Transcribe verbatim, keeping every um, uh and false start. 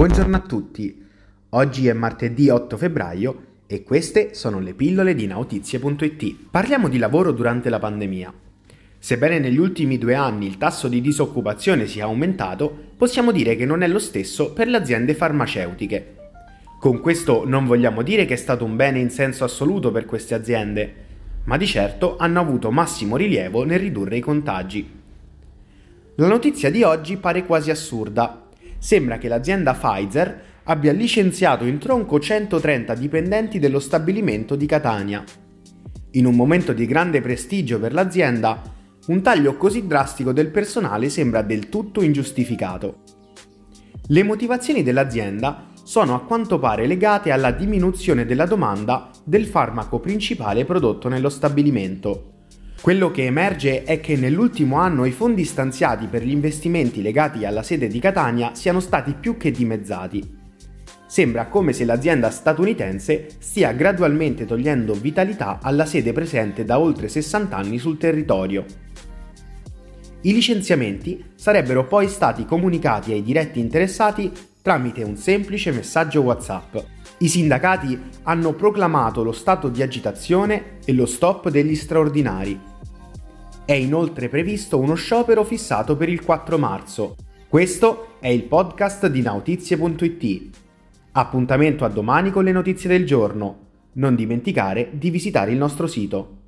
Buongiorno a tutti, oggi è martedì otto febbraio e queste sono le pillole di Nautizie punto it. Parliamo di lavoro durante la pandemia. Sebbene negli ultimi due anni il tasso di disoccupazione sia aumentato, possiamo dire che non è lo stesso per le aziende farmaceutiche. Con questo non vogliamo dire che è stato un bene in senso assoluto per queste aziende, ma di certo hanno avuto massimo rilievo nel ridurre i contagi. La notizia di oggi pare quasi assurda. Sembra che l'azienda Pfizer abbia licenziato in tronco centotrenta dipendenti dello stabilimento di Catania. In un momento di grande prestigio per l'azienda, un taglio così drastico del personale sembra del tutto ingiustificato. Le motivazioni dell'azienda sono a quanto pare legate alla diminuzione della domanda del farmaco principale prodotto nello stabilimento. Quello che emerge è che nell'ultimo anno i fondi stanziati per gli investimenti legati alla sede di Catania siano stati più che dimezzati. Sembra come se l'azienda statunitense stia gradualmente togliendo vitalità alla sede presente da oltre sessanta anni sul territorio. I licenziamenti sarebbero poi stati comunicati ai diretti interessati tramite un semplice messaggio WhatsApp. I sindacati hanno proclamato lo stato di agitazione e lo stop degli straordinari. È inoltre previsto uno sciopero fissato per il quattro marzo. Questo è il podcast di Nautizie punto it. Appuntamento a domani con le notizie del giorno. Non dimenticare di visitare il nostro sito.